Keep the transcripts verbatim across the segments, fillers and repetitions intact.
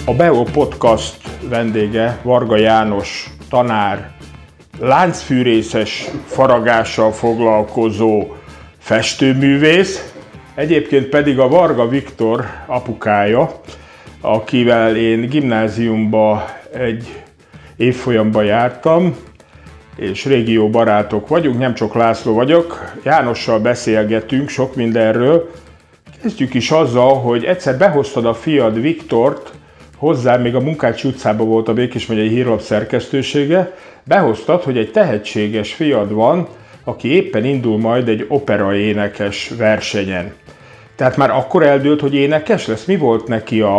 A Beo Podcast vendége Varga János tanár, láncfűrészes faragással foglalkozó festőművész, egyébként pedig a Varga Viktor apukája, akivel én gimnáziumba egy évfolyamban jártam, és régi jó barátok vagyunk, nem csak László vagyok. Jánossal beszélgetünk sok mindenről. Kezdjük is azzal, hogy egyszer behoztad a fiad Viktort, hozzá még a Munkácsi utcában volt a Békés megyei hírlap szerkesztősége, behoztad, hogy egy tehetséges fiad van, aki éppen indul majd egy operaénekes versenyen. Tehát már akkor eldőlt, hogy énekes lesz? Mi volt neki a,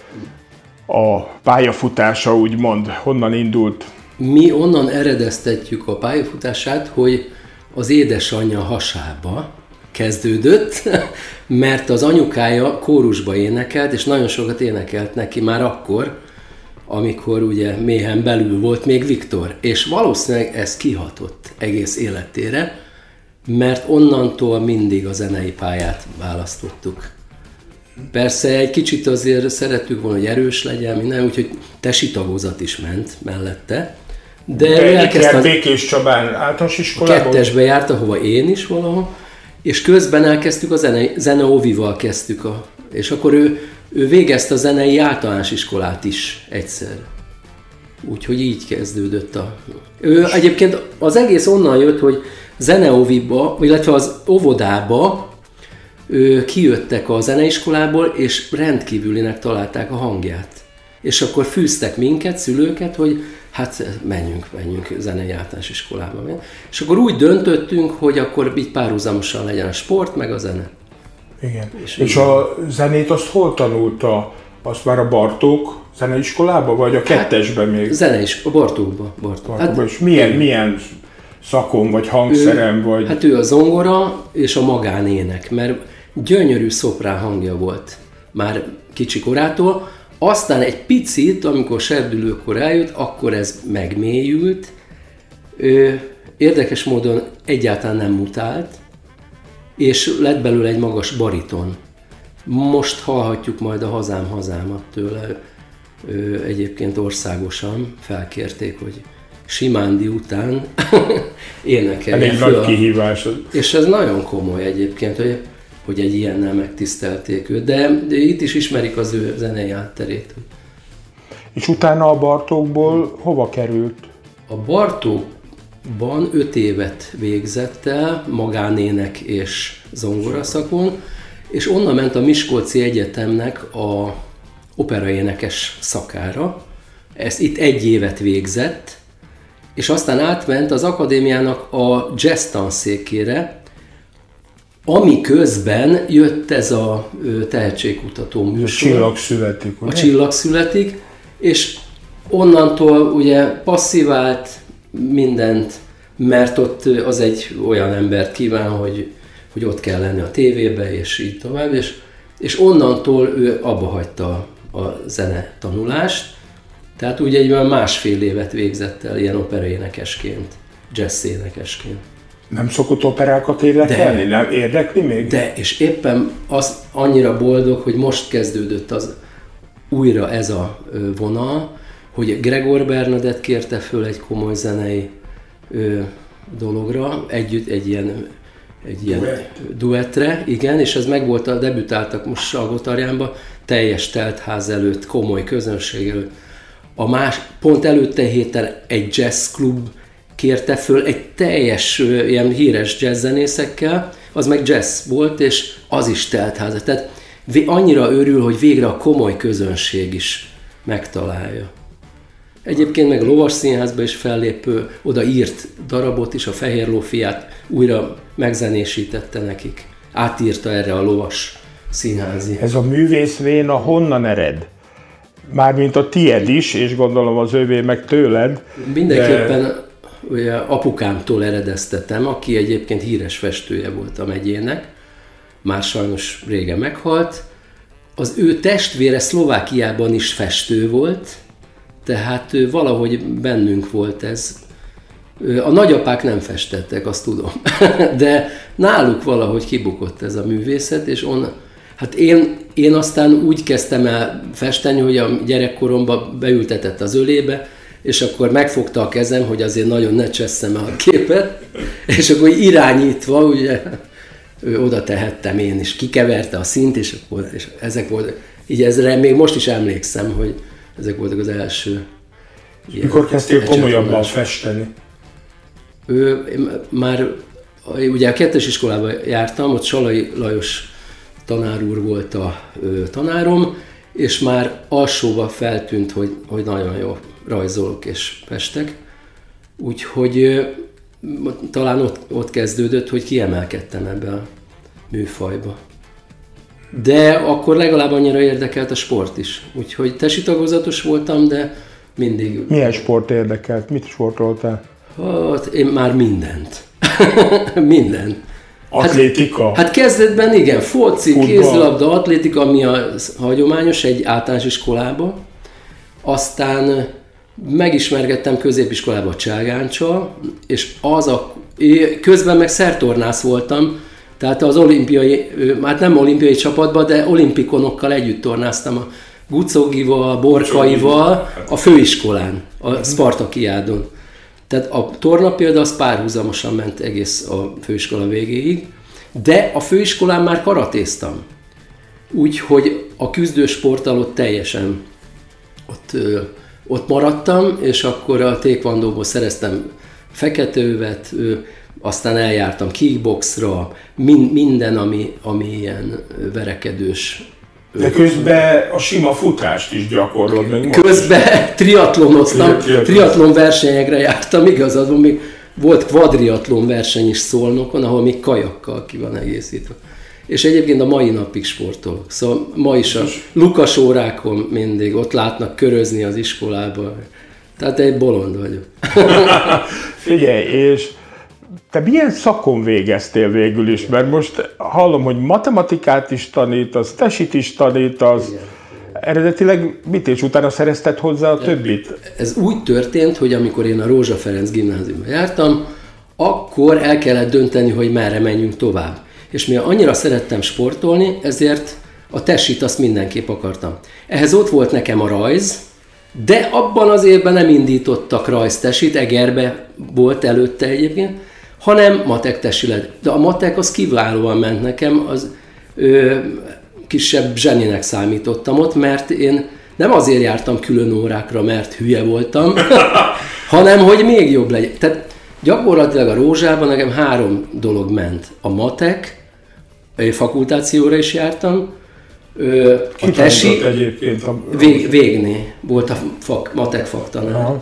a pályafutása, úgymond? Honnan indult? Mi onnan eredeztetjük a pályafutását, hogy az édesanyja hasába kezdődött, mert az anyukája kórusba énekelt, és nagyon sokat énekelt neki már akkor, amikor ugye méhen belül volt még Viktor. És valószínűleg ez kihatott egész életére, mert onnantól mindig a zenei pályát választottuk. Persze egy kicsit azért szerettük volna, hogy erős legyen, minden, úgyhogy tesi tagozat is ment mellette. De, De elkezdte az... Békés Csabán általános iskolában? Kettesbe járt, ahova én is valahol, és közben elkezdtük a zene, zene óvival kezdtük, a, és akkor ő, ő végezte a zenei általános iskolát is egyszer. Úgyhogy így kezdődött a... Ő egyébként az egész onnan jött, hogy zeneóviba, illetve az óvodába ő, kijöttek a zeneiskolából, és rendkívülinek találták a hangját. És akkor fűztek minket, szülőket, hogy hát menjünk, menjünk zenei általános iskolába. És akkor úgy döntöttünk, hogy akkor így párhuzamosan legyen a sport, meg a zene. Igen. És, és a zenét azt hol tanulta? Azt már a Bartók zeneiskolába, vagy a kettesben még? Zeneis, a Bartókba. Bartók. Hát, és milyen, milyen szakon, vagy hangszerem, ő, vagy... Hát ő a zongora és a magánének, mert gyönyörű szoprán hangja volt már kicsi korától. Aztán egy picit, amikor serdülőkor eljött, akkor ez megmélyült. Ő, érdekes módon egyáltalán nem mutált, és lett belőle egy magas bariton. Most hallhatjuk majd a Hazám hazámat tőle. Ő, egyébként országosan felkérték, hogy Simándi után énekelje. Elég nagy kihívás. És ez nagyon komoly egyébként, hogy hogy egy ilyennel megtisztelték őt, de, de itt is ismerik az ő zenei hátterét. És utána a Bartókból hova került? A Bartókban öt évet végzett el, magánének és zongoraszakon, és onnan ment a Miskolci Egyetemnek a operaénekes szakára. Ez itt egy évet végzett, és aztán átment az akadémiának a jazz tanszékére, ami közben jött ez a tehetségkutató műsor. A Csillag születik, ugye? A Csillag születik, és onnantól ugye passzivált mindent, mert ott az egy olyan embert kíván, hogy, hogy ott kell lenni a tévébe, és így tovább, és, és onnantól ő abba hagyta a zene tanulást, tehát ugye egy másfél évet végzett el ilyen operaénekesként, jazz énekesként. Nem szokott operákat énekelni? Nem érdekli még? De, és éppen az annyira boldog, hogy most kezdődött az újra ez a vonal, hogy Gregor Bernadett kérte föl egy komoly zenei ö, dologra, együtt egy ilyen, egy ilyen duettre, igen, és ez megvolt, a debütáltak most Salgótarjánba, teljes teltház előtt, komoly közönség előtt. A más, pont előtte héten egy jazzklub kérte föl egy teljes ilyen híres jazzzenészekkel, az meg jazz volt, és az is teltház. Tehát annyira örül, hogy végre a komoly közönség is megtalálja. Egyébként meg a Lovas Színházban is fellépő, oda írt darabot is, a Fehér Ló fiát újra megzenésítette nekik. Átírta erre a Lovas Színházi. Ez a művészvéna honnan ered? Mármint a tied is, és gondolom az övé meg tőled. Mindenképpen de... ugye, apukámtól eredeztetem, aki egyébként híres festője volt a megyének, már sajnos régen meghalt. Az ő testvére Szlovákiában is festő volt, tehát valahogy bennünk volt ez. A nagyapák nem festettek, azt tudom, de náluk valahogy kibukott ez a művészet, és on, Hát én, én aztán úgy kezdtem el festeni, hogy a gyerekkoromban beültetett az ölébe, és akkor megfogta a kezem, hogy azért nagyon ne csesszem el a képet, és akkor irányítva, ugye, oda tehettem én is, kikeverte a színt, és, akkor, és ezek voltak, így ezre még most is emlékszem, hogy ezek voltak az első. Mikor kezdtél komolyabban festeni? Ő, már ugye a kettes iskolába jártam, ott Salai Lajos tanár úr volt a ö, tanárom, és már alsóba feltűnt, hogy, hogy nagyon jó rajzolok és festek. Úgyhogy ö, talán ott, ott kezdődött, hogy kiemelkedtem ebbe a műfajba. De akkor legalább annyira érdekelt a sport is. Úgyhogy tesi tagozatos voltam, de mindig... Milyen sport érdekelt? Mit sportoltál? Hát én már mindent. mindent. Atlétika? Hát, hát kezdetben igen, foci, futball, kézilabda, atlétika, ami a hagyományos egy általános iskolába. Aztán megismerkedtem középiskolában Cságáncsal, és az a, közben meg szertornász voltam, tehát az olimpiai, hát nem olimpiai csapatban, de olimpikonokkal együtt tornáztam a Gucogival, a Borkaival a főiskolán, a Spartakiádon. Tehát a torna például az párhuzamosan ment egész a főiskola végéig, de a főiskolán már karatéztam. Úgyhogy a küzdősporttal ott teljesen ott, ö, ott maradtam, és akkor a taekwondóból szereztem feketeövet, ö, aztán eljártam kickboxra, min, minden, ami, ami ilyen verekedős. De közben a sima futást is gyakorlod meg. Közben triatlonoztam, triatlon versenyekre jártam, igazad van, még volt kvadriatlon verseny is Szolnokon, ahol még kajakkal ki van egészítve. És egyébként a mai napig sportolok. Szóval ma is a Lukas órákon mindig ott látnak körözni az iskolába. Tehát egy bolond vagyok. Figyelj, és te milyen szakon végeztél végül is? Mert most hallom, hogy matematikát is tanítasz, tesit is tanítasz. Igen. Eredetileg mit és utána szerezted hozzá a többit? Ez úgy történt, hogy amikor én a Rózsa Ferenc gimnáziumba jártam, akkor el kellett dönteni, hogy merre menjünk tovább. És mivel annyira szerettem sportolni, ezért a tesit azt mindenképp akartam. Ehhez ott volt nekem a rajz, de abban az évben nem indítottak rajztesit, Egerbe volt előtte egyébként, hanem matek tesi lett. De a matek az kiválóan ment nekem, az ö, kisebb zseninek számítottam ott, mert én nem azért jártam külön órákra, mert hülye voltam, hanem hogy még jobb legyen. Tehát gyakorlatilag a Rózsában nekem három dolog ment. A matek, fakultációra is jártam, ö, a tesi, egyébként a... vég, végné volt a fak, matek faktanár.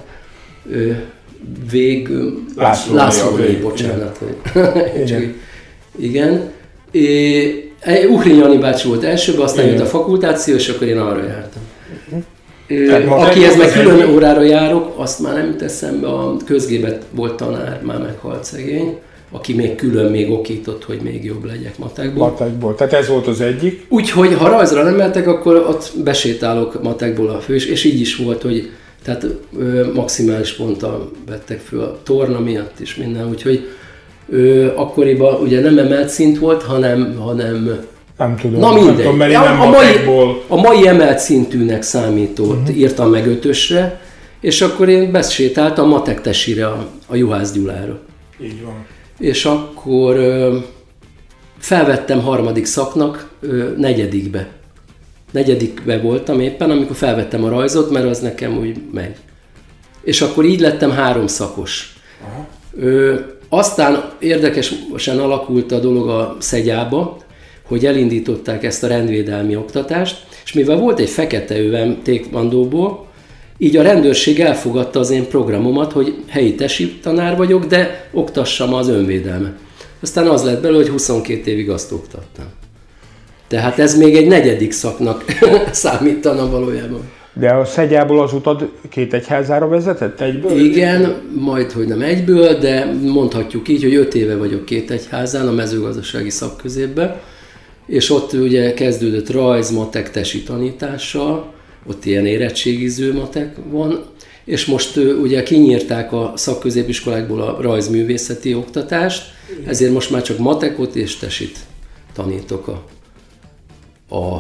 Vég... László, László László bocsánat. Igen. Igen. É, Uhrin Jani bácsi volt elsőben, aztán jött a fakultáció, és akkor én arra jártam. Uh-huh. Akihez meg külön egy... órára járok, azt már nem jut eszembe, a közgébet volt tanár, már meghalt szegény, aki még külön még okított, hogy még jobb legyek matekból. Matekból, tehát ez volt az egyik. Úgyhogy ha rajzra nem mehetek, akkor ott besétálok matekból a fős, és így is volt, hogy tehát ö, maximális ponttal vettek föl a torna miatt is minden, úgyhogy ö, akkoriban ugye nem emelt szint volt, hanem... hanem nem tudom, na mindegy. Tudom, mert én a, nem a, mai, a mai emelt szintűnek számított, uh-huh. írtam meg ötösre, és akkor én besétáltam matek tesire a, a Juhász Gyulára. Így van. És akkor ö, felvettem harmadik szaknak ö, negyedikbe. Negyedikbe voltam éppen, amikor felvettem a rajzot, mert az nekem úgy megy. És akkor így lettem három szakos. Ö, aztán érdekesen alakult a dolog a Szegyába, hogy elindították ezt a rendvédelmi oktatást, és mivel volt egy fekete övem taekwondóból, így a rendőrség elfogadta az én programomat, hogy helyi tesi tanár vagyok, de oktassam az önvédelmet. Aztán az lett belőle, hogy huszonkét évig azt oktattam. Tehát ez még egy negyedik szaknak számítana valójában. De a Szegyából az utad két egyházára vezetett egyből? Igen, majd hogy nem egyből, de mondhatjuk így, hogy öt éve vagyok két egyházán, a mezőgazdasági szakközépben, és ott ugye kezdődött rajz, matek, tesi tanítással, ott ilyen érettségiző matek van, és most ugye kinyírták a szakközépiskolákból a rajzművészeti oktatást, ezért most már csak matekot és tesit tanítok a a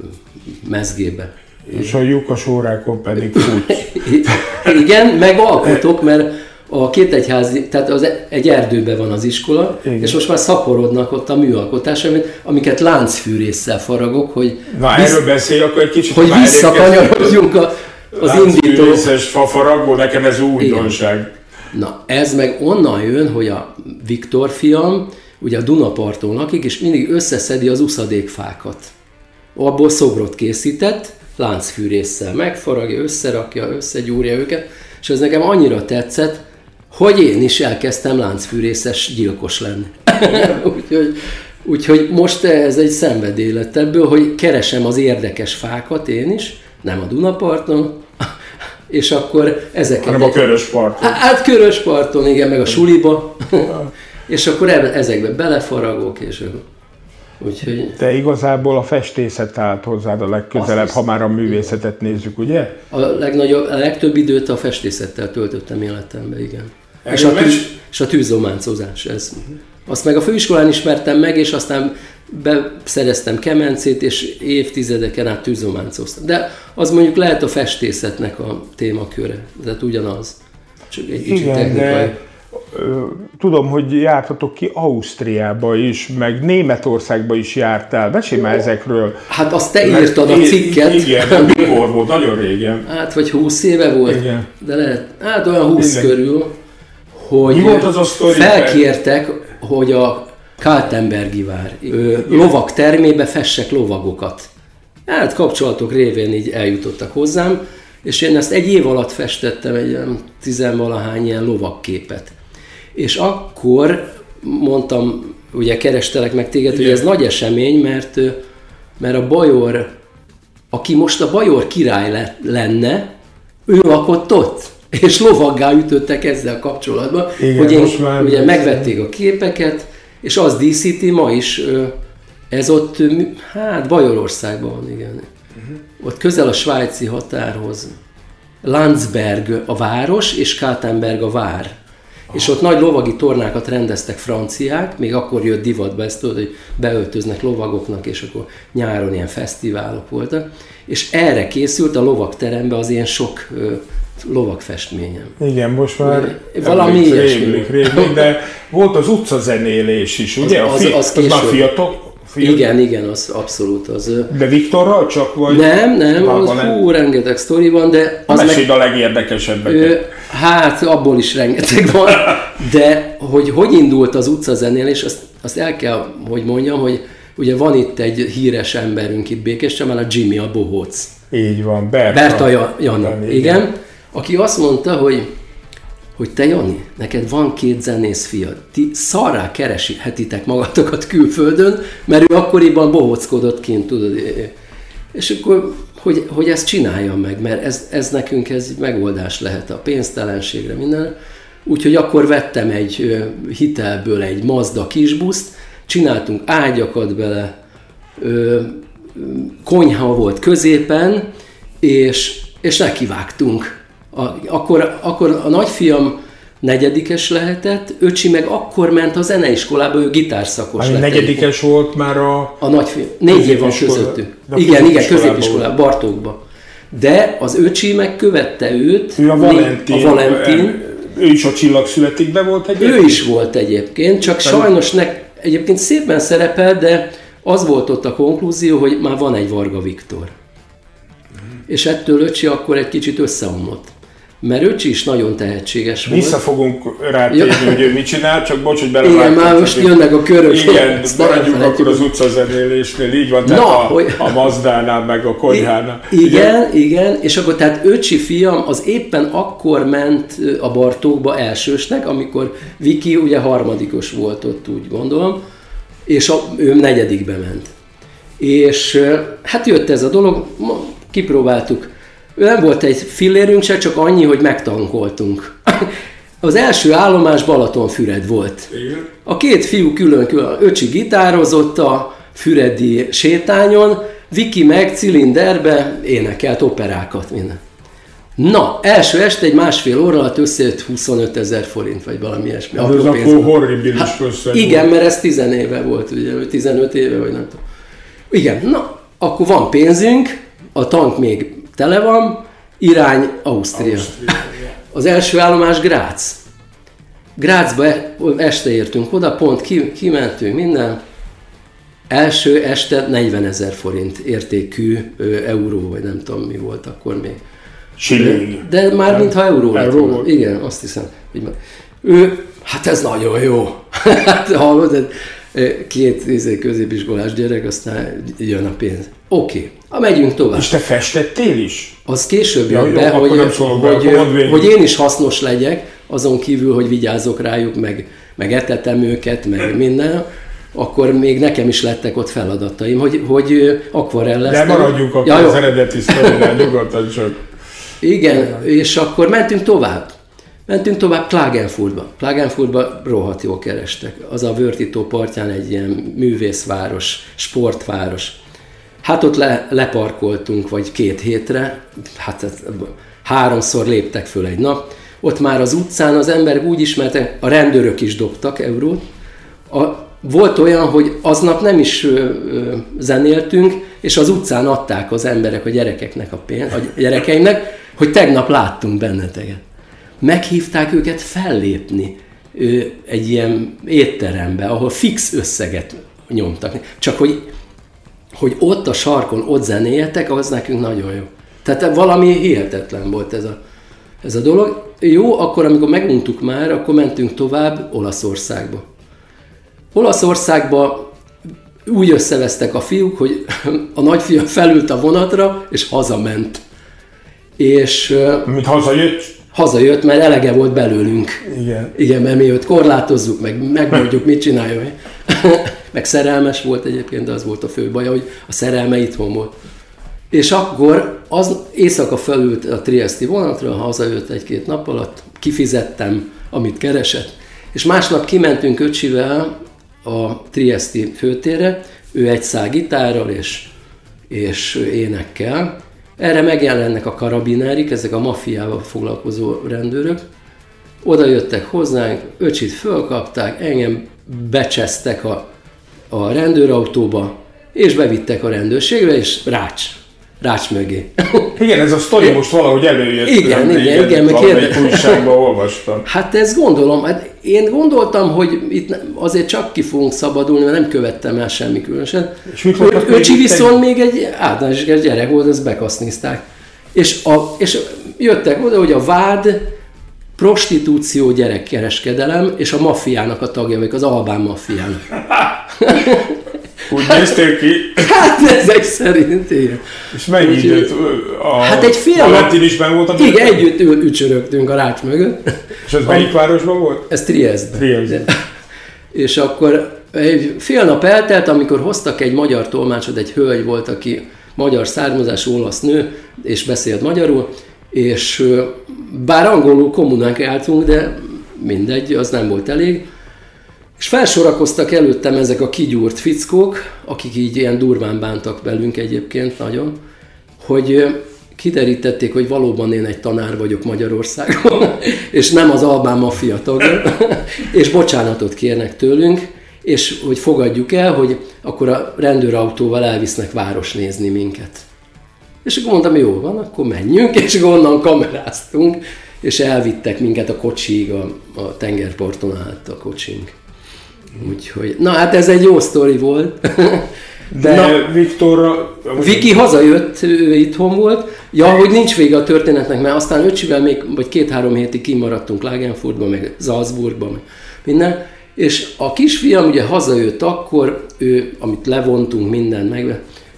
mezgébe. És a lyukas órákon pedig futsz. Igen, meg alkotok, mert a kétegyházi, tehát az egy erdőben van az iskola, igen. És most már szaporodnak ott a műalkotás, amiket láncfűrésszel faragok, hogy... Na visz... erről beszélj akkor egy kicsit. Hogy visszakanyarodjunk a, az indító... Láncfűrészes fafaragból, nekem ez újdonság. Igen. Na ez meg onnan jön, hogy a Viktor fiam, ugye a Dunaparton lakik, és mindig összeszedi az uszadékfákat. Abból szobrot készített, láncfűrésszel megfaragja, összerakja, összegyúrja őket, és ez nekem annyira tetszett, hogy én is elkezdtem láncfűrészes gyilkos lenni. úgyhogy, úgyhogy most ez egy szenvedély lett ebből, hogy keresem az érdekes fákat én is, nem a Dunaparton, és akkor ezeket... Hanem a Körösparton. Hát Körösparton, igen, meg a suliba. És akkor ezekbe belefaragok, és úgyhogy... Te igazából a festészet állt hozzád a legközelebb, ha már a művészetet nézzük, ugye? A, legnagyobb, a legtöbb időt a festészettel töltöttem életemben, igen. És a, tűz, és a tűzzománcozás, ez. Azt meg a főiskolán ismertem meg, és aztán beszereztem kemencét, és évtizedeken át tűzzománcoztam. De az mondjuk lehet a festészetnek a témaköre, tehát ugyanaz. Csak egy kicsit igen, technikai. De... Tudom, hogy jártatok ki Ausztriába is, meg Németországba is jártál. Mesélj már ezekről. Hát azt te írtad a cikket. Igen, mikor volt? Nagyon régen. Hát, vagy húsz éve volt. Igen. De lehet, hát olyan húsz igen. körül, hogy mi volt az a sztori? Felkértek, hogy a Kaltenbergi vár lovak termébe fessek lovagokat. Hát kapcsolatok révén így eljutottak hozzám, és én ezt egy év alatt festettem egy tizenvalahány ilyen lovakképet. És akkor mondtam, ugye kerestelek meg téged, igen. hogy ez nagy esemény, mert, mert a bajor, aki most a bajor király lenne, ő lakott ott, és lovaggá ütöttek ezzel kapcsolatban, igen, hogy én, ugye megvették a képeket, és az díszíti ma is, ez ott, hát Bajorországban van, igen. Uh-huh. Ott közel a svájci határhoz. Landsberg a város, és Kaltenberg a vár. Aha. És ott nagy lovagi tornákat rendeztek franciák, még akkor jött divatba ezt tudod, hogy beöltöznek lovagoknak, és akkor nyáron ilyen fesztiválok voltak. És erre készült a lovagterembe az ilyen sok ö, lovagfestményem. Igen, most már valami ilyesmi. De volt az utcazenélés is, ugye? Az, az, az, az már fiatal? Fiatal? Igen, igen, az abszolút az. De Viktorral csak vagy? Nem, nem, az hú, rengeteg sztori van, de... Az meséld meg, a legérdekesebbeket. Hát, abból is rengeteg van, de hogy hogy indult az utcazenélés, azt, azt el kell, hogy mondjam, hogy ugye van itt egy híres emberünk itt Békéscsabán, a Jimmy, a bohóc. Így van, Berta. Berta Jani, igen. igen. Aki azt mondta, hogy hogy te Jani, neked van két zenész fiad, ti szarrá kereshetitek magatokat külföldön, mert ő akkoriban bohóckodott kint, tudod. És akkor, hogy, hogy ezt csináljam meg, mert ez, ez nekünk ez megoldás lehet a pénztelenségre, minden. Úgyhogy akkor vettem egy hitelből egy Mazda kisbuszt, csináltunk ágyakat bele, konyha volt középen, és, és nekivágtunk. A, akkor, akkor a nagyfiam negyedikes lehetett, öcsi meg akkor ment a zeneiskolába, ő gitárszakos lett. Negyedikes volt már a... A nagyfiam. Négy év van közöttünk. Igen, igen, középiskolában, Bartókba. De az öcsi meg követte őt. Ő a Valentin. A Valentin. Ő is a Csillagszületikben volt egyébként? Ő is volt egyébként, csak Te sajnos nek, egyébként szépen szerepel, de az volt ott a konklúzió, hogy már van egy Varga Viktor. Hmm. És ettől öcsi akkor egy kicsit összeomlott. Mert öcsi is nagyon tehetséges volt. Vissza fogunk rátérni, ja. hogy ő mit csinál, csak bocs, hogy belevágtam. Igen, már most jönnek a körök. Igen, maradjunk akkor az utcazenélésnél, így van, tehát Na, a, hogy... a Mazdánál, meg a konyhánál. Igen, igen, igen, és akkor tehát öcsi fiam az éppen akkor ment a Bartókba elsősnek, amikor Viki ugye harmadikos volt ott, úgy gondolom, és a, ő negyedikbe ment. És hát jött ez a dolog, kipróbáltuk. Nem volt egy fillérünk se, csak annyi, hogy megtankoltunk. Az első állomás Balatonfüred volt. Igen. A két fiú külön-külön, öcsi gitározott a füredi sétányon, Viki meg cilinderbe énekelt operákat, minden. Na, első este egy másfél óra alatt összejött huszonöt ezer forint, vagy valami ilyesmi. Ez az akkor horribilis hát, igen, mert ez tizen éve volt, ugye, tizenöt éve, vagy nem tudom. Igen, na, akkor van pénzünk, a tank még tele van, irány Ausztria. Ausztria. Az első állomás Grác. Grácsba este értünk oda, pont ki, kimentünk minden. Első este negyvenezer forint értékű euró, vagy nem tudom mi volt akkor még. Shilling. De már mintha euró lett volna. Igen, azt hiszem. Ő, hát ez nagyon jó. Hát hallod, két középiskolás gyerek, aztán jön a pénz. Oké, okay. Megyünk tovább. És te festettél is? Az később jön be, hogy, hogy, hogy, hogy én is hasznos legyek, azon kívül, hogy vigyázzok rájuk, meg, meg etetem őket, meg minden, akkor még nekem is lettek ott feladataim, hogy, hogy akvarelleztem. De maradjunk akkor ja, az eredeti sztorinál, nyugodtan csak. Igen, és akkor mentünk tovább. Mentünk tovább Klagenfurtba. Klagenfurtba rohadt jól kerestek. Az a Wörthitó partján egy ilyen művészváros, sportváros. Hát ott le, leparkoltunk, vagy két hétre, hát háromszor léptek föl egy nap. Ott már az utcán az emberek úgy ismertek, a rendőrök is dobtak eurót. A, volt olyan, hogy aznap nem is ö, ö, zenéltünk, és az utcán adták az emberek a gyerekeknek a pénzt, a gyerekeimnek, hogy tegnap láttunk benneteket. Meghívták őket fellépni ö, egy ilyen étterembe, ahol fix összeget nyomtak. Csak hogy, hogy ott a sarkon, ott zenéljetek, az nekünk nagyon jó. Tehát valami hihetetlen volt ez a, ez a dolog. Jó, akkor amikor meguntuk már, akkor mentünk tovább Olaszországba. Olaszországba úgy összevesztek a fiúk, hogy a nagyfiam felült a vonatra, és hazament. És... Mint hazajött? Hazajött, mert elege volt belőlünk. Igen. Igen, mert mi őt korlátozzuk, meg megmondjuk, mit csináljon. Meg szerelmes volt egyébként, de az volt a fő baja, hogy a szerelme itthon volt. És akkor az éjszaka felült a trieszti vonatra, hazajött egy-két nap alatt, kifizettem, amit keresett, és másnap kimentünk öcsivel a trieszti főtérre, ő egy szál gitárral és, és énekkel. Erre megjelennek a karabinárik, ezek a maffiával foglalkozó rendőrök. Oda jöttek hozzánk, öcsit fölkapták, engem becsesztek a, a rendőrautóba, és bevittek a rendőrségre, és rács. Rács mögé. Igen, ez a sztori most valahogy előjött. Igen, igen, igen, igen, meg valamelyik újságban olvastam. Hát ezt gondolom, hát én gondoltam, hogy itt azért csak ki fogunk szabadulni, mert nem követtem el semmi különösen. És mit mondtak? Öcsi viszont még egy általános gyerek volt, ezt bekasznizták. És, a, és jöttek oda, hogy a vád prostitúció, gyerekkereskedelem, és a maffiának a tagja, vagy az albán maffiának. Úgy néztél ki? Hát ezek szerint, igen. És mennyi úgy, időt? A hát egy fél Valentin is benn volt a igen, együtt ücsörögtünk a rács mögött. És ez melyik városban volt? Ez Trieste. Trieste. És akkor egy fél nap eltelt, amikor hoztak egy magyar tolmácsot, egy hölgy volt, aki magyar származású olasz nő, és beszélt magyarul, és bár angolul kommunikáltunk, de mindegy, az nem volt elég. És felsorakoztak előttem ezek a kigyúrt fickók, akik így ilyen durván bántak velünk egyébként nagyon, hogy kiderítették, hogy valóban én egy tanár vagyok Magyarországon, és nem az albán maffia tagja, és bocsánatot kérnek tőlünk, és hogy fogadjuk el, hogy akkor a rendőrautóval elvisznek városnézni minket. És akkor mondtam, jó van, akkor menjünk, és onnan kameráztunk, és elvittek minket a kocsiig, a, a tengerparton állt a kocsink. Úgyhogy, na hát ez egy jó sztori volt. De na, Viktorra... Viki hazajött, ő itthon volt. Ja, hogy nincs vége a történetnek, mert aztán öcsivel még vagy két-három hétig kimaradtunk Klagenfurtban, meg Salzburgban, meg minden. És a kisfiam ugye hazajött akkor, ő, amit levontunk mindent meg,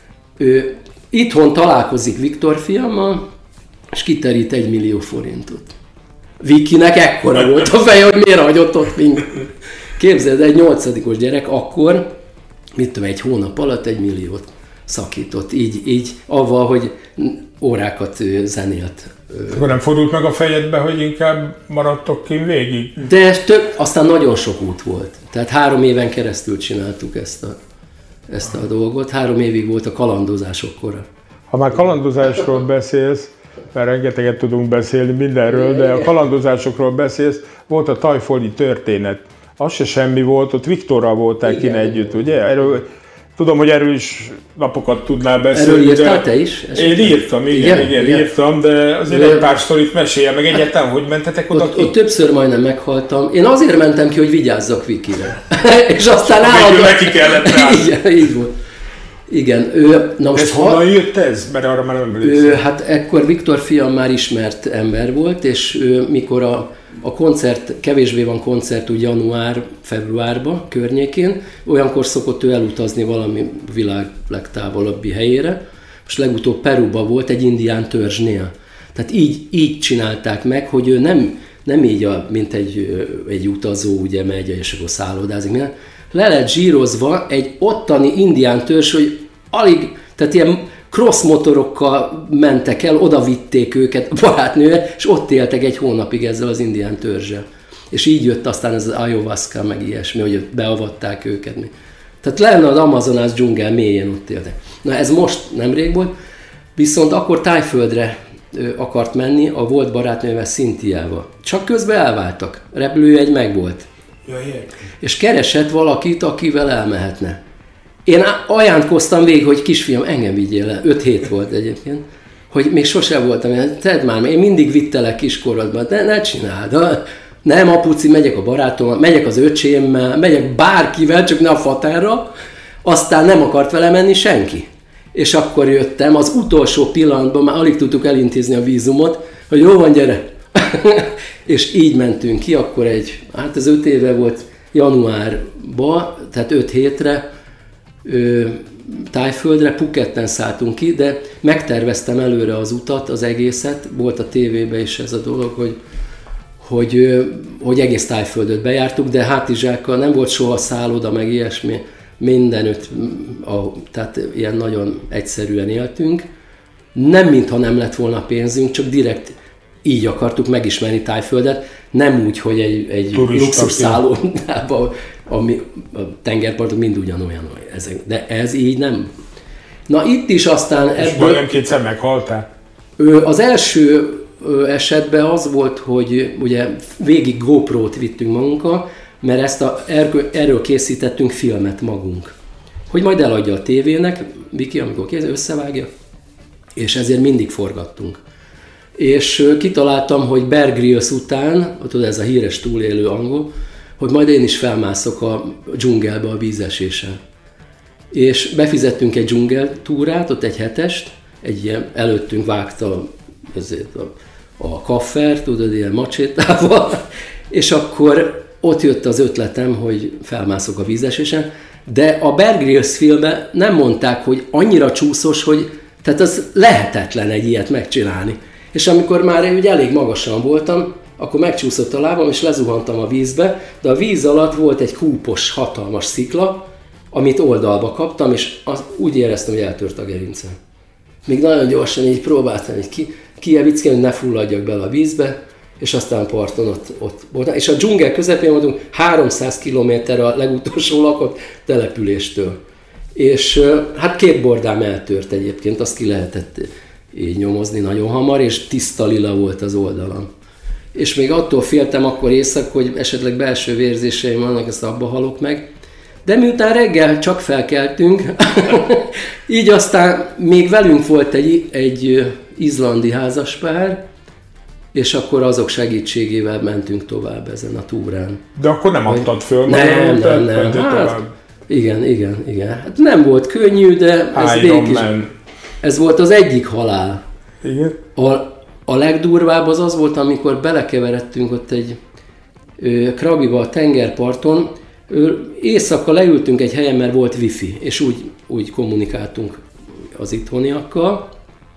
ő itthon találkozik Viktor fiammal, és kiterít egy millió forintot. Vikinek ekkora volt a feje, hogy miért hagyott ott minket. Képzeld, egy nyolcadikos gyerek akkor, mit tudom, egy hónap alatt egy milliót szakított, így, így avval, hogy órákat zenélt. Akkor nem fordult meg a fejedbe, hogy inkább maradtok ki végig? De több, aztán nagyon sok út volt. Tehát három éven keresztül csináltuk ezt a, ezt a dolgot. Három évig volt a kalandozások kora. Ha már kalandozásról beszélsz, mert rengeteget tudunk beszélni mindenről, de a kalandozásokról beszélsz, volt a tajföldi történet. Az se semmi volt, ott Viktorral voltál kint együtt, ugye? Erről Tudom, hogy erről is napokat tudnál beszélni. Erről írtál te is? Én írtam, igen, igen, igen, igen, írtam, de azért de... egy pár sztorit mesélje meg egyáltalán, hogy mentetek oda ott, ki? Ott többször majdnem meghaltam. Én azért mentem ki, hogy vigyázzak Vikire. És aztán állandóan... neki kellett rá. Igen, így volt. Igen, ő... Na most ez honnan ha... jött ez? Mert arra már nem ő, Hát ekkor Viktor fiam már ismert ember volt, és ő, mikor a, a koncert, kevésbé van koncert úgy január-februárban környékén, olyankor szokott ő elutazni valami világ legtávolabbi helyére. Most legutóbb Peruba volt egy indián törzsnél. Tehát így, így csinálták meg, hogy ő nem, nem így, a, mint egy, egy utazó, ugye megy, és akkor szállodázik, minden. Le lett zsírozva egy ottani indián törzs, hogy alig, tehát ilyen cross motorokkal mentek el, oda vitték őket a barátnője, és ott éltek egy hónapig ezzel az indián törzsel. És így jött aztán ez az ayahuasca, meg ilyesmi, hogy beavatták őket. Tehát lenne az Amazonas dzsungel mélyén ott éltek. Na ez most nemrég volt, viszont akkor Tájföldre akart menni a volt barátnővel, Szintiával. Csak közben elváltak, repülőjegy megvolt. Ja, és keresett valakit, akivel elmehetne. Én ajánlkoztam végig, hogy kisfiam, engem vigyél el. öt hét volt egyébként. Hogy még sosem voltam, tedd már, én mindig vittelek kiskorodban, de ne csináld. Nem, apuci, megyek a barátommal, megyek az öcsémmel, megyek bárkivel, csak ne a fatárra. Aztán nem akart vele menni senki. És akkor jöttem, az utolsó pillanatban már alig tudtuk elintézni a vízumot, hogy jó van, gyere. És így mentünk ki, akkor egy, hát ez öt éve volt januárban, tehát öt hétre ö, Tájföldre, Phuketten szálltunk ki, de megterveztem előre az utat, az egészet, volt a tévében is ez a dolog, hogy, hogy, hogy egész Tájföldöt bejártuk, de hátizsákkal nem volt soha szálloda, meg ilyesmi, mindenütt, a, tehát ilyen nagyon egyszerűen éltünk. Nem mintha nem lett volna pénzünk, csak direkt így akartuk megismerni Tájföldet, nem úgy, hogy egy, egy luxus szállodában, ami a tengerpartok mind ugyanolyan, ezek, de ez így nem. Na itt is aztán és ebből... majdnem kétszer meghaltál? Az első esetben az volt, hogy ugye végig GoPro-t vittünk magunkkal, mert ezt a, erről készítettünk filmet magunk. Hogy majd eladja a tévének, Viki, amikor kész, összevágja, és ezért mindig forgattunk. És kitaláltam, hogy Bear Grylls után, tudod, ez a híres túlélő angol, hogy majd én is felmászok a dzsungelbe a vízesésen. És befizettünk egy dzsungeltúrát, ott egy hetest, egy ilyen, előttünk vágta ezért a, a kaffer, tudod, ilyen macsétával, és akkor ott jött az ötletem, hogy felmászok a vízesésen, de a Bear Grylls filmben nem mondták, hogy annyira csúszos, hogy tehát az lehetetlen egy ilyet megcsinálni. És amikor már én ugye elég magasan voltam, akkor megcsúszott a lábam, és lezuhantam a vízbe, de a víz alatt volt egy kúpos, hatalmas szikla, amit oldalba kaptam, és az, úgy éreztem, hogy eltört a gerincem. Még nagyon gyorsan így próbáltam, hogy ki, kievickelni, hogy ne fulladjak bele a vízbe, és aztán parton ott, ott voltam. És a dzsungel közepén voltunk, háromszáz kilométerre a legutolsó lakott településtől. És hát két bordám eltört egyébként, azt ki lehetett így nyomozni nagyon hamar, és tiszta lila volt az oldalam. És még attól féltem akkor éjszak, hogy esetleg belső vérzéseim vannak, ezt abba halok meg. De miután reggel csak felkeltünk, így aztán még velünk volt egy, egy izlandi házaspár, és akkor azok segítségével mentünk tovább ezen a túrán. De akkor nem adtad föl? Nem, nem, nem. Hát, igen, igen, igen. Hát nem volt könnyű, de ez végig ez volt az egyik halál. Igen. A, a legdurvább az az volt, amikor belekeveredtünk ott egy ö, Krabiba a tengerparton. Ö, éjszaka leültünk egy helyen, mert volt wifi, és úgy, úgy kommunikáltunk az itthoniakkal.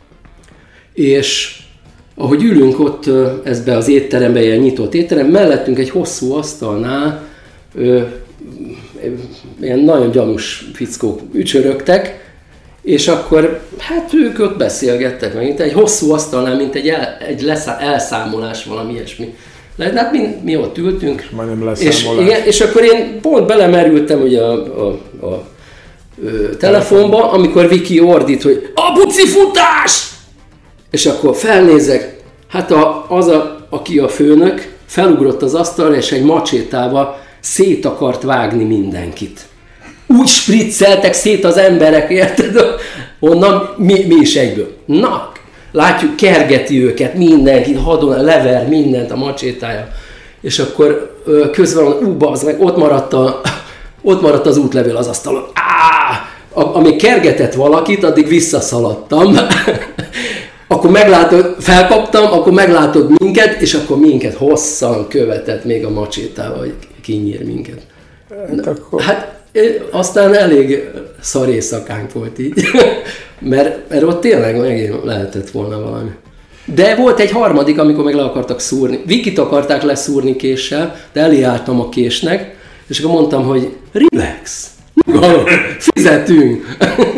És ahogy ülünk ott ezbe az étterembe, ilyen nyitott étterem, mellettünk egy hosszú asztalnál ö, ilyen nagyon gyanús fickók ücsörögtek, és akkor hát ők ott beszélgettek meg, egy hosszú asztalnál, mint egy, el, egy leszá, elszámolás, valami ilyesmi. Hát mi, mi ott ültünk, majdnem és, igen, és akkor én pont belemerültem ugye a, a, a, a telefonba, amikor Viki ordít, hogy a buci futás! És akkor felnézek, hát a, az, a, aki a főnök, felugrott az asztalra, és egy macsétával szét akart vágni mindenkit. úgy spricceltek szét az emberek, érted? Onnan mi, mi is egyből. Na, látjuk, kergeti őket, mindenki, hadon, lever, mindent, a macsétája. És akkor közben van, ú, bazd meg, ott maradt, a, ott maradt az útlevél az asztalon. Á! Amíg kergetett valakit, addig visszaszaladtam. Akkor meglátod, felkaptam, akkor meglátod minket, és akkor minket hosszan követett még a macsétával, hogy kinyír minket. Hát, akkor... hát aztán elég szar éjszakánk volt így, mert, mert ott tényleg megint lehetett volna valami. De volt egy harmadik, amikor meg le akartak szúrni. Vikit akarták leszúrni késsel, de elé álltam a késnek, és akkor mondtam, hogy relax, fizetünk.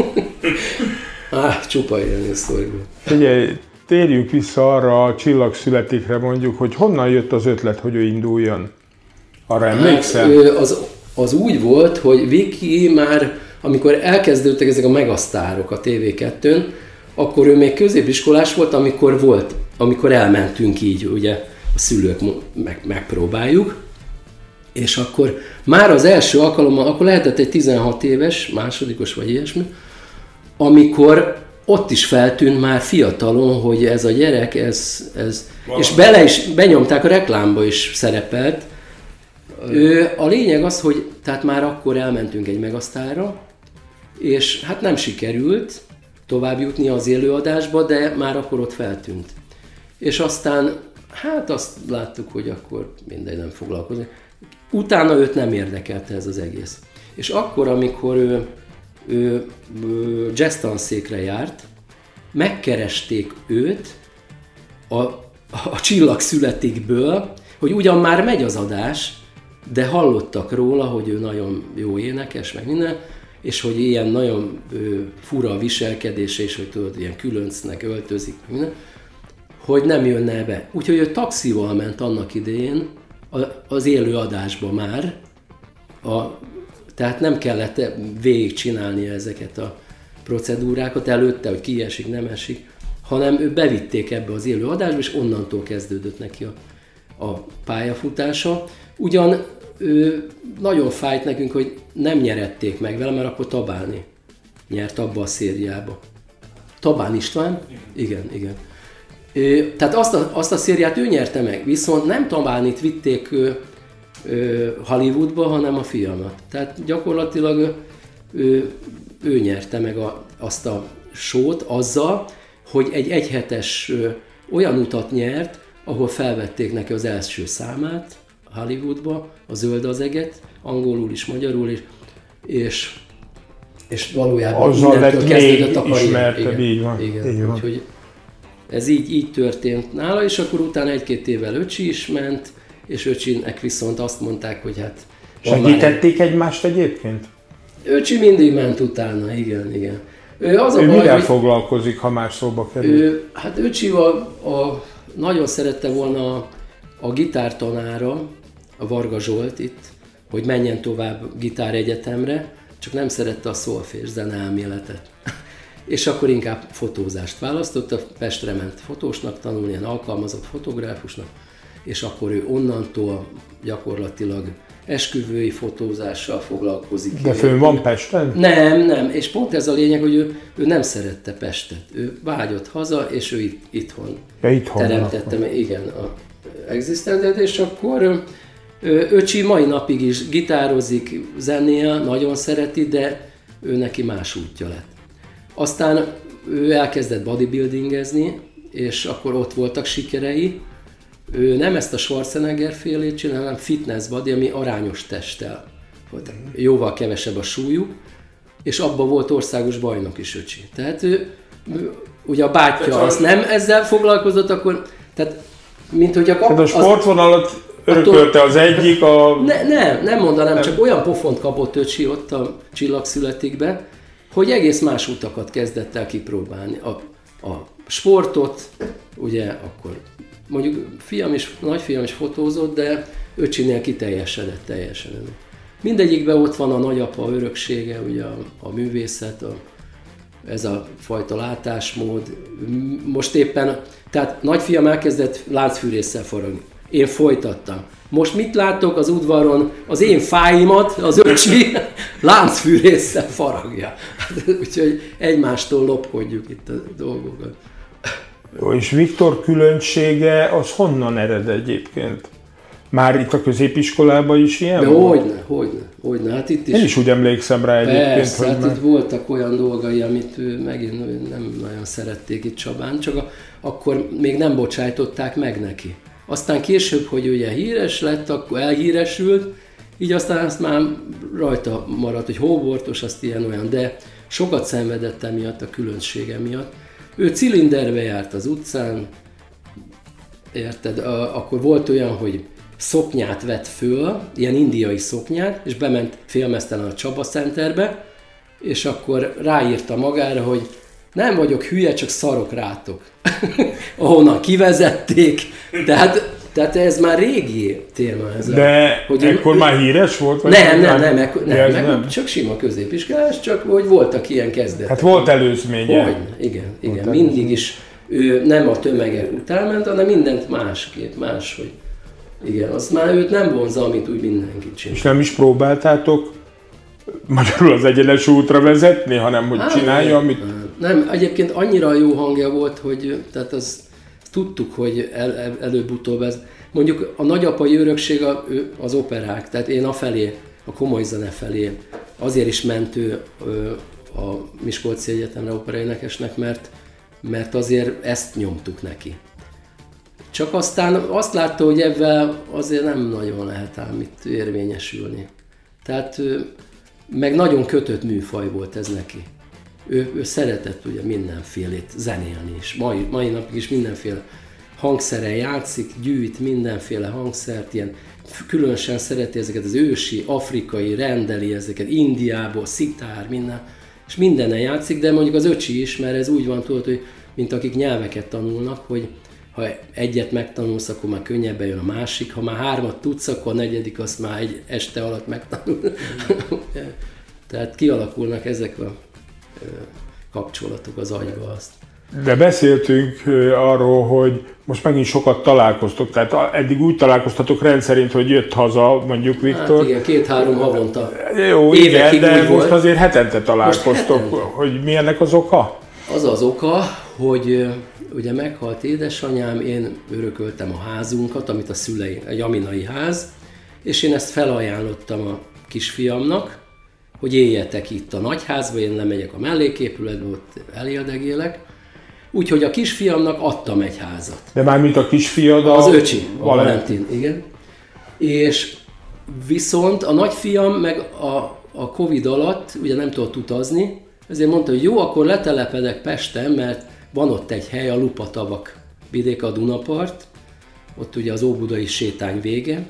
Ah, csupa ilyen sztoriból. Figyelj, térjünk vissza arra a csillagszületikre mondjuk, hogy honnan jött az ötlet, hogy ő induljon? Arra emlékszel? Hát, az, az úgy volt, hogy Viki már, amikor elkezdődtek ezek a megasztárok a té vé kettőn, akkor ő még középiskolás volt, amikor volt, amikor elmentünk így, ugye a szülők meg, megpróbáljuk, és akkor már az első alkalommal, akkor lehetett egy tizenhat éves, másodikos vagy ilyesmi, amikor ott is feltűnt már fiatalon, hogy ez a gyerek, ez, ez és bele is, benyomták, a reklámba is szerepelt. Ő, a lényeg az, hogy tehát már akkor elmentünk egy megasztárra, és hát nem sikerült tovább jutni az élőadásba, de már akkor ott feltűnt. És aztán, hát azt láttuk, hogy akkor mindegy, nem foglalkozni. Utána őt nem érdekelte ez az egész. És akkor, amikor ő, ő, ő jazz tanszékre járt, megkeresték őt a, a Csillagszületikből, hogy ugyan már megy az adás, de hallottak róla, hogy ő nagyon jó énekes, meg minden, és hogy ilyen nagyon ő, fura a viselkedése, és hogy tudod, ilyen különcnek öltözik, meg minden, hogy nem jönne be. Úgyhogy ő taxival ment annak idején az élő adásba már, a, tehát nem kellett végigcsinálnia ezeket a procedúrákat előtte, hogy ki esik, nem esik, hanem ő bevitték ebbe az élő adásba, és onnantól kezdődött neki a, a pályafutása. Ugyan ő, nagyon fájt nekünk, hogy nem nyerették meg vele, mert akkor Tabáni nyert abba a szériába. Tabán István? Igen, igen. Ő, tehát azt a, azt a szériát ő nyerte meg, viszont nem Tabánit vitték ő, ő, Hollywoodba, hanem a fiamat. Tehát gyakorlatilag ő, ő, ő nyerte meg a, azt a sót azzal, hogy egy egyhetes ö, olyan utat nyert, ahol felvették neki az első számát Hollywoodba, a Zöld az eget, angolul is, magyarul is, és, és valójában innentől kezdődött a karrier. Igen, így van. Igen, így van. Úgyhogy ez így, így történt nála, és akkor utána egy-két évvel öcsi is ment, és öcsinek viszont azt mondták, hogy hát... Segítették egymást egyébként? Öcsi mindig ment utána, igen, igen. Ő, az ő a baj, mivel hogy foglalkozik, ha már szóba kerül? Ő, hát öcsival a, nagyon szerette volna a, a gitártanára, a Varga Zsolt itt, hogy menjen tovább gitáregyetemre, csak nem szerette a szolfés zeneelméletet. És akkor inkább fotózást választotta, Pestre ment fotósnak tanulni, ilyen alkalmazott fotográfusnak, és akkor ő onnantól gyakorlatilag esküvői fotózással foglalkozik. De fönn van Pesten? Nem, nem, és pont ez a lényeg, hogy ő, ő nem szerette Pestet. Ő vágyott haza, és ő itt, itthon, ja, itthon teremtette meg, igen, a egzisztenciát, és akkor öcsi mai napig is gitározik, zenél, nagyon szereti, de ő neki más útja lett. Aztán ő elkezdett bodybuildingezni, és akkor ott voltak sikerei. Ő nem ezt a Schwarzenegger félét csinál, hanem fitness body, ami arányos testtel volt. Jóval kevesebb a súlyuk, és abban volt országos bajnok is öcsi. Tehát ő, ugye a bátyja az nem ezzel foglalkozott, akkor, tehát mint hogy a... Tehát a sportvonalat örökölte az egyik, a... Ne, nem, nem mondanám, nem. Csak olyan pofont kapott öcsi ott a Csillagszületikbe, hogy egész más utakat kezdett el kipróbálni. A, a sportot, ugye akkor mondjuk fiam is, nagyfiam is fotózott, de öcsinél kiteljesedett teljesen. Mindegyikben ott van a nagyapa öröksége, ugye a, a művészet, a, ez a fajta látásmód. Most éppen, tehát nagyfiam elkezdett láncfűrésszel faragni. Én folytattam. Most mit látok az udvaron? Az én fáimat az öcsi láncfűrésszel faragja. Úgyhogy egymástól lopkodjuk itt a dolgokat. Jó, és Viktor különbsége az honnan ered egyébként? Már itt a középiskolában is ilyen De volt? hogyne, hogyne, hogyne. Hát itt is. Én is úgy emlékszem rá egyébként, Persze, hogy hát már... itt voltak olyan dolgai, amit ő megint ő nem nagyon szerették itt Csabán, csak a, akkor még nem bocsájtották meg neki. Aztán később, hogy ugye híres lett, akkor elhíresült, így aztán azt már rajta maradt, hogy hóbortos, azt ilyen-olyan, de sokat szenvedett emiatt, a különbsége miatt. Ő cilinderbe járt az utcán, érted? A, akkor volt olyan, hogy szoknyát vett föl, ilyen indiai szoknyát, és bement félmeztelen a Csaba Centerbe, és akkor ráírta magára, hogy nem vagyok hülye, csak szarok rátok. Ahonnan kivezették. Tehát, tehát ez már régi téma. Ez De a, hogy ekkor ő, már híres volt? Vagy nem, nem, nem, ekkor, nem, nem, nem, csak sima középiskolás, csak hogy voltak ilyen kezdetek. Hát volt előzménye. Hogy, igen, igen, Volt mindig előzménye. is ő nem a tömegek után ment, hanem mindent másképp, máshogy. Igen, az már őt nem vonza, amit úgy mindenki csinál. És nem is próbáltátok magyarul az egyenes útra vezetni, hanem hogy Hát, csinálja, amit... Nem, egyébként annyira jó hangja volt, hogy tehát az, tudtuk, hogy el, el, előbb-utóbb ez. Mondjuk a nagyapai örökség a, az operák, tehát én afelé, a komoly zene felé azért is ment ő a Miskolci Egyetemre operaénekesnek, mert, mert azért ezt nyomtuk neki. Csak aztán azt látta, hogy ebben azért nem nagyon lehet ám itt érvényesülni. Tehát meg nagyon kötött műfaj volt ez neki. Ő, ő szeretett ugye mindenfélét zenélni is. Mai, mai napig is mindenféle hangszeren játszik, gyűjt mindenféle hangszert, ilyen különösen szereti ezeket az ősi, afrikai, rendeli ezeket, Indiából, szitár, minden, és mindenen játszik, de mondjuk az öcsi is, mert ez úgy van tudod, hogy mint akik nyelveket tanulnak, hogy ha egyet megtanulsz, akkor már könnyebben jön a másik, ha már hármat tudsz, akkor a negyedik azt már egy este alatt megtanul. Tehát kialakulnak ezek a kapcsolatok az agyba azt. De beszéltünk arról, hogy most megint sokat találkoztok, tehát eddig úgy találkoztatok rendszerint, hogy jött haza mondjuk Viktor. Hát igen, két-három havonta. Jó, igen, de most volt. azért hetente találkoztok, hetente. hogy mi ennek az oka? Az az oka, hogy ugye meghalt édesanyám, én örököltem a házunkat, amit a szüleim, a Jaminai ház, és én ezt felajánlottam a kisfiamnak, hogy éljetek itt a nagyházba, én lemegyek a melléképületbe, ott eléldegélek. Úgyhogy a kisfiamnak adtam egy házat. De már mint a kisfiad a... Az öcsi, a Valentin. Valentin, igen. És viszont a nagyfiam meg a, a Covid alatt ugye nem tudott utazni, ezért mondta, hogy jó, akkor letelepedek Pesten, mert van ott egy hely, a Lupatavak vidéke, a Dunapart, ott ugye az óbudai sétány vége,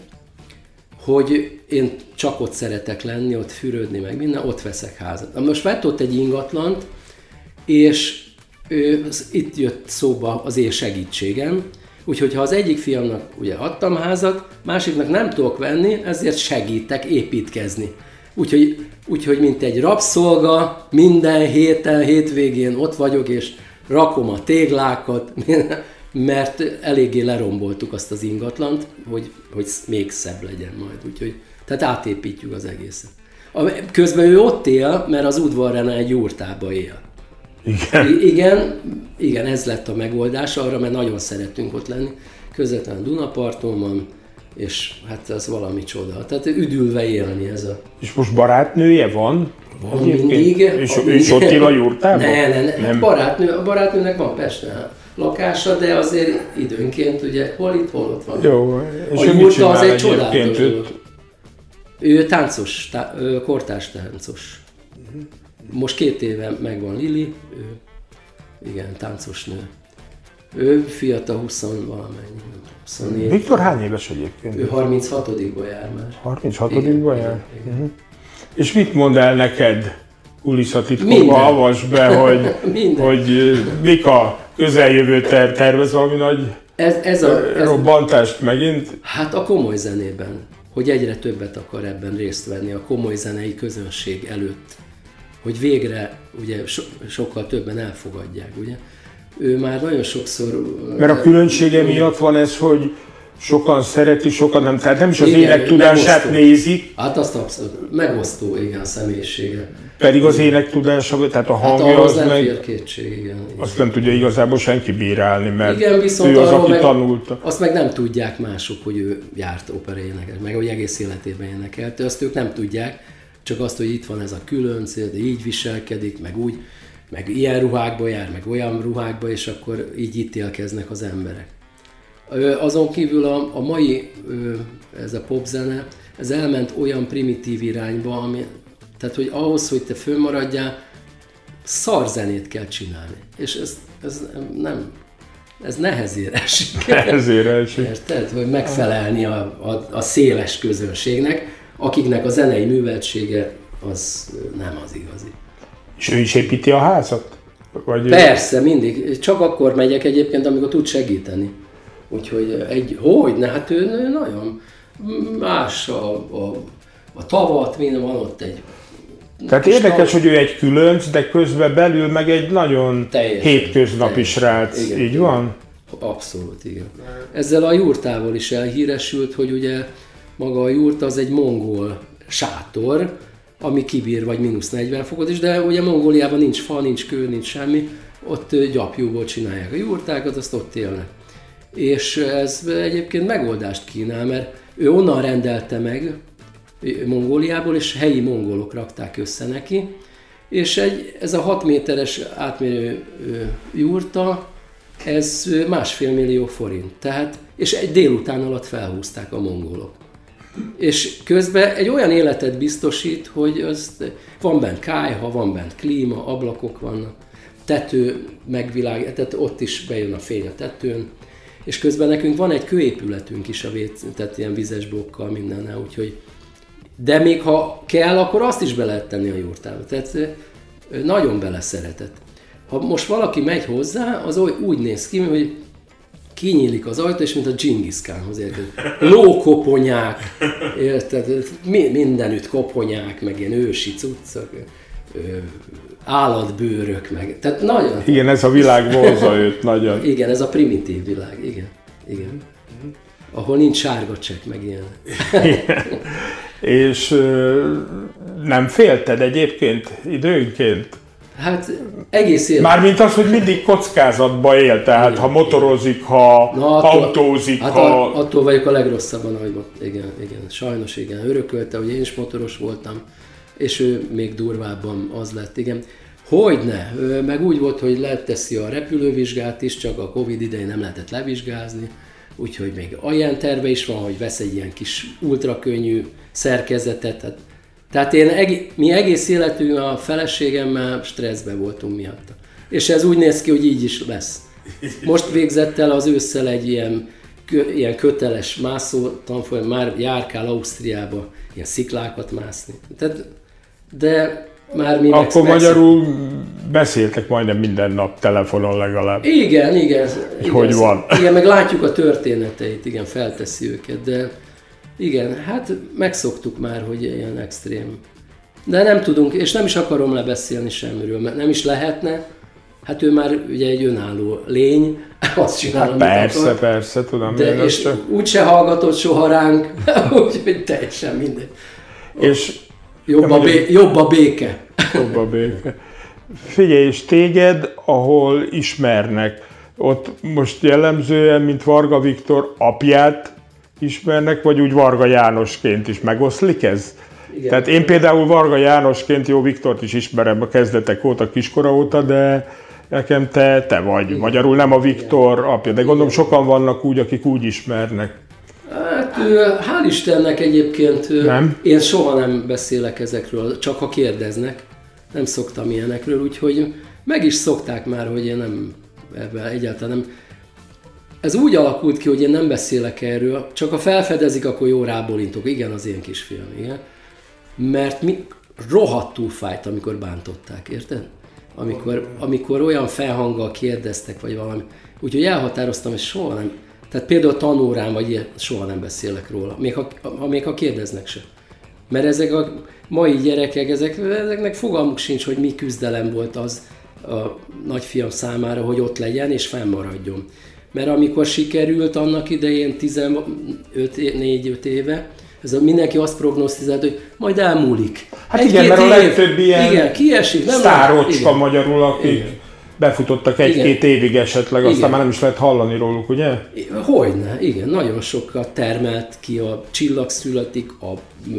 hogy én csak ott szeretek lenni, ott fürödni, meg minden, ott veszek házat. Na most vett ott egy ingatlant, és ő, itt jött szóba az én segítségem, úgyhogy ha az egyik fiamnak ugye adtam házat, másiknak nem tudok venni, ezért segítek építkezni. Úgyhogy, úgyhogy mint egy rabszolga, minden héten, hétvégén ott vagyok, és rakom a téglákat, mert eléggé leromboltuk azt az ingatlant, hogy, hogy még szebb legyen majd. Úgyhogy, tehát átépítjük az egészet. Közben ő ott él, mert az udvarrán egy jurtába él. Igen. I- igen, igen, ez lett a megoldás arra, mert nagyon szeretünk ott lenni. Közvetlenül Dunaparton van, és hát ez valami csoda. Tehát üdülve élni ez a... És most barátnője van? Van mindig. És, a, és ott él a jurtában? Ne, ne, ne. Nem. Barátnő, a barátnőnek van Pesten lakása, de azért időnként ugye hol itt, hol ott van. Jó, és a ő mit jurta csinál az egy egyébként csodálatos dolog. őt? Ő táncos, tá, kortárs táncos. Most két éve megvan Lili, ő, igen, táncos nő. Ő fiatal, húsz valamennyi, húsz Viktor hány éves egyébként? Ő harminchatodikba jár már. harminchatodikba jár? Igen, igen. És mit mond el neked, kulisszatitkokba, Minden. avasd be, hogy, hogy mik a közeljövő ter- tervez valami nagy Ez, ez a, ez, robbantást megint? hát a komoly zenében, hogy egyre többet akar ebben részt venni a komoly zenei közönség előtt. Hogy végre ugye so, sokkal többen elfogadják, ugye. Ő már nagyon sokszor... Mert a különbsége miatt van ez, hogy sokan szereti, sokan nem, tehát nem is az Igen, énektudását megosztó. nézik. Hát azt abszolút megosztó, igen, a személyisége. Pedig az énektudása, tehát a hangja hát az nem meg, fér kétség, igen. azt nem tudja igazából senki bírálni, mert igen, viszont ő az, aki meg, tanulta. Azt meg nem tudják mások, hogy ő járt operaénekes, meg hogy egész életében énekelt. Azt ők nem tudják, csak azt, hogy itt van ez a különc, így viselkedik, meg úgy, meg ilyen ruhákba jár, meg olyan ruhákba, és akkor így ítélkeznek az emberek. Azon kívül a, a mai ez a popzene, ez elment olyan primitív irányba, ami, tehát hogy ahhoz, hogy te fönnmaradjál, szar zenét kell csinálni. És ez, ez nem, ez nehezére esik. Nehezére esik. Érted? Hogy megfelelni a, a, a széles közönségnek, akiknek a zenei műveltsége az nem az igazi. És ő is építi a házat? Vagy Persze, mindig. Csak akkor megyek egyébként, amikor tud segíteni. Úgyhogy egy, hogy ne, hát ő, ő nagyon más a, a, a tavat, minden van ott egy... Tehát érdekes, tav... hogy ő egy különc, de közben belül meg egy nagyon teljesen, hétköznapi teljesen. Srác. Igen, így igen. Van? Abszolút, igen. Ezzel a jurtával is elhíresült, hogy ugye maga a jurta az egy mongol sátor, ami kibír vagy mínusz negyven fokot is, de ugye Mongóliában nincs fa, nincs kő, nincs semmi, ott gyapjúból csinálják a jurtákat, azt ott élnek. És ez egyébként megoldást kínál, mert ő onnan rendelte meg Mongóliából, és helyi mongolok rakták össze neki, és egy, ez a hat méteres átmérő jurta, ez másfél millió forint, tehát, és egy délután alatt felhúzták a mongolok. És közben egy olyan életet biztosít, hogy az, van bent kályha, van bent klíma, ablakok vannak, tető megvilág, tehát ott is bejön a fény a tetőn, és közben nekünk van egy kőépületünk is a vét, tehát ilyen vizes blokkal mindennel, úgyhogy de még ha kell, akkor azt is be lehet tenni a jurtába. Tehát nagyon beleszeretett. Ha most valaki megy hozzá, az úgy néz ki, hogy kinyílik az ajtó, és mint a Dzsingisz Kánhoz érted. Lókoponyák, érted? Mindenütt koponyák, meg ilyen ősi cuccok, állatbőrök, meg. Tehát nagyon... Igen, ez a világ vonza őt nagyon. Igen, ez a primitív világ, igen. igen. Ahol nincs sárga csekk, meg ilyen. És ö, nem félted egyébként időnként? Hát egész élet. Mármint az, hogy mindig kockázatba él, tehát igen, ha motorozik, igen. ha Na, attól, autózik, hát ha... A, attól vagyok a legrosszabban, ahogy igen, igen, sajnos igen, örökölte, hogy én is motoros voltam, és ő még durvábban az lett, igen. Hogyne, meg úgy volt, hogy leteszi a repülővizsgát is, csak a Covid idején nem lehetett levizsgázni, úgyhogy még olyan terve is van, hogy vesz egy ilyen kis ultrakönnyű szerkezetet. Tehát, tehát én, eg- mi egész életünk a feleségemmel stresszben voltunk miatta. És ez úgy néz ki, hogy így is lesz. Most végzett el az ősszel egy ilyen, kö- ilyen köteles mászó tanfolyam, már járkál Ausztriába ilyen sziklákat mászni. Tehát, de már mi Akkor meg, magyarul beszéltek majdnem minden nap telefonon legalább. Igen, igen. igen hogy van. Igen, meg látjuk a történeteit, igen, felteszi őket, de igen, hát megszoktuk már, hogy ilyen extrém. De nem tudunk, és nem is akarom lebeszélni semmiről, mert nem is lehetne. Hát ő már ugye egy önálló lény, azt csinálom, hát persze, akar, persze, tudom. De és csak... úgyse hallgatott soha ránk, úgyhogy teljesen mindegy. És Jobb a, bé- jobb a béke. Jobb a béke. Figyelj, és téged, ahol ismernek, ott most jellemzően, mint Varga Viktor apját ismernek, vagy úgy Varga Jánosként is megoszlik ez? Igen. Tehát én például Varga Jánosként jó Viktort is ismerem a kezdetek óta, kiskora óta, de nekem te, te vagy. Igen. Magyarul nem a Viktor igen. apja, de gondolom igen. sokan vannak úgy, akik úgy ismernek. Hát hál' Istennek egyébként nem? Én soha nem beszélek ezekről, csak ha kérdeznek. Nem szoktam ilyenekről, úgyhogy meg is szokták már, hogy én nem, ebben egyáltalán nem. Ez úgy alakult ki, hogy én nem beszélek erről, csak ha felfedezik, akkor jó rábólintok. Igen, az én kisfiam, igen. Mert mi rohadtul fájt, amikor bántották, érted? Amikor, amikor olyan felhanggal kérdeztek, vagy valami. Úgyhogy elhatároztam, hogy soha nem. Tehát például tanórán, vagy ilyen, soha nem beszélek róla, még ha, ha, még ha kérdeznek se. Mert ezek a mai gyerekek, ezek, ezeknek fogalmuk sincs, hogy mi küzdelem volt az a nagyfiam számára, hogy ott legyen és fennmaradjon. mert amikor sikerült annak idején tizenöt éve, ez a, mindenki azt prognosztizált, hogy majd elmúlik. Hát egy igen, mert a legtöbb ilyen igen, kiesik, nem sztárocska magyarul, akik igen. befutottak egy-két évig esetleg, aztán igen. már nem is lehet hallani róluk, ugye? Hogyne, igen, nagyon sokat termelt ki, a Csillag születik, a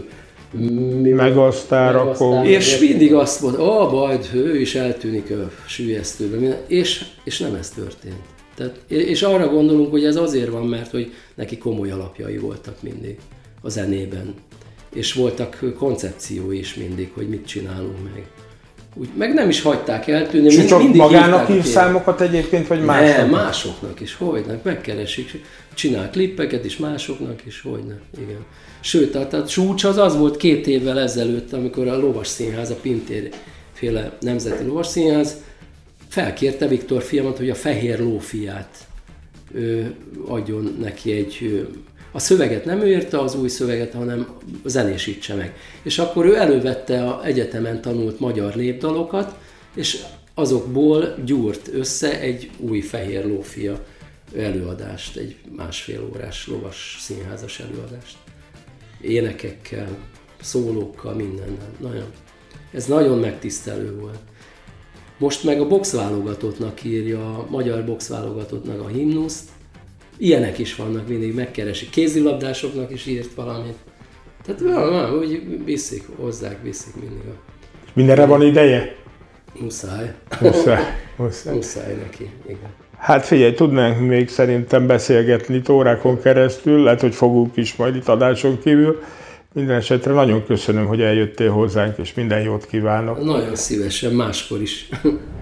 megasztár, és mindig azt mondta, ó, majd ő is eltűnik a sülyeztőben, és, és nem ez történt. Tehát, és arra gondolunk, hogy ez azért van, mert hogy neki komoly alapjai voltak mindig a zenében. És voltak koncepciói is mindig, hogy mit csinálunk meg. Úgy, meg nem is hagyták eltűnni. És csak mindig magának ír számokat egyébként, vagy másoknak? Nem, másoknak is, hogyne, megkeresik. Csinál klippeket is másoknak is, hogyne, igen. Sőt, a, a csúcs az az volt két évvel ezelőtt, amikor a Lovas Színház, a Pintér féle Nemzeti Lovas Színház felkérte Viktor fiamat, hogy a Fehér Lófiát ő, adjon neki egy... Ő, a szöveget nem ő írta, az új szöveget, hanem zenésítse meg. És akkor ő elővette az egyetemen tanult magyar népdalokat, és azokból gyúrt össze egy új Fehér Lófia előadást, egy másfél órás lovas színházas előadást. Énekekkel, szólókkal, mindennel. Nagyon. Ez nagyon megtisztelő volt. Most meg a boxválogatottnak írja, a magyar boxválogatottnak a himnuszt. Ilyenek is vannak, mindig megkeresik. Kézilabdásoknak is írt valamit. Tehát úgy viszik, hozzák, viszik mindig. A... Mindenre van ideje? Muszáj. Muszáj. Muszáj. Muszáj neki, igen. Hát figyelj, tudnánk még szerintem beszélgetni itt órákon keresztül, lehet, hogy fogunk is majd itt adáson kívül. Minden esetre nagyon köszönöm, hogy eljöttél hozzánk, és minden jót kívánok. Nagyon szívesen, máskor is.